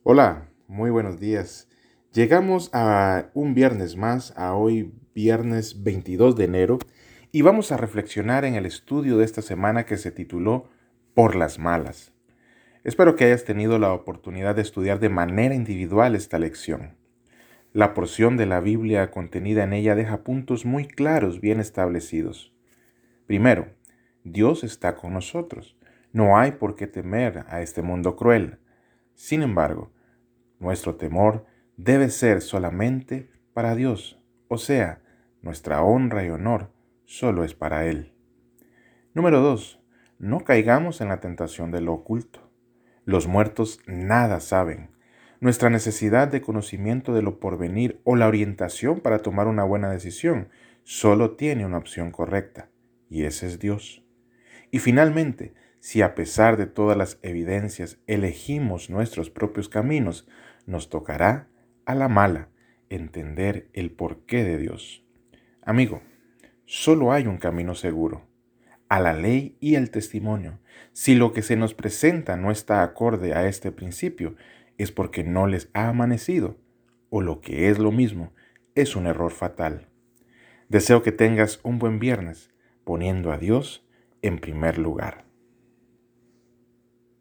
Hola, muy buenos días. Llegamos a un viernes más, a hoy viernes 22 de enero, y vamos a reflexionar en el estudio de esta semana que se tituló Por las malas. Espero que hayas tenido la oportunidad de estudiar de manera individual esta lección. La porción de la Biblia contenida en ella deja puntos muy claros, bien establecidos. Primero, Dios está con nosotros. No hay por qué temer a este mundo cruel. Sin embargo, nuestro temor debe ser solamente para Dios, o sea, nuestra honra y honor solo es para Él. Número 2. No caigamos en la tentación de lo oculto. Los muertos nada saben. Nuestra necesidad de conocimiento de lo porvenir o la orientación para tomar una buena decisión solo tiene una opción correcta, y ese es Dios. Y finalmente, si a pesar de todas las evidencias elegimos nuestros propios caminos, nos tocará, a la mala, entender el porqué de Dios. Amigo, solo hay un camino seguro, a la ley y el testimonio. Si lo que se nos presenta no está acorde a este principio, es porque no les ha amanecido, o lo que es lo mismo, es un error fatal. Deseo que tengas un buen viernes, poniendo a Dios en primer lugar.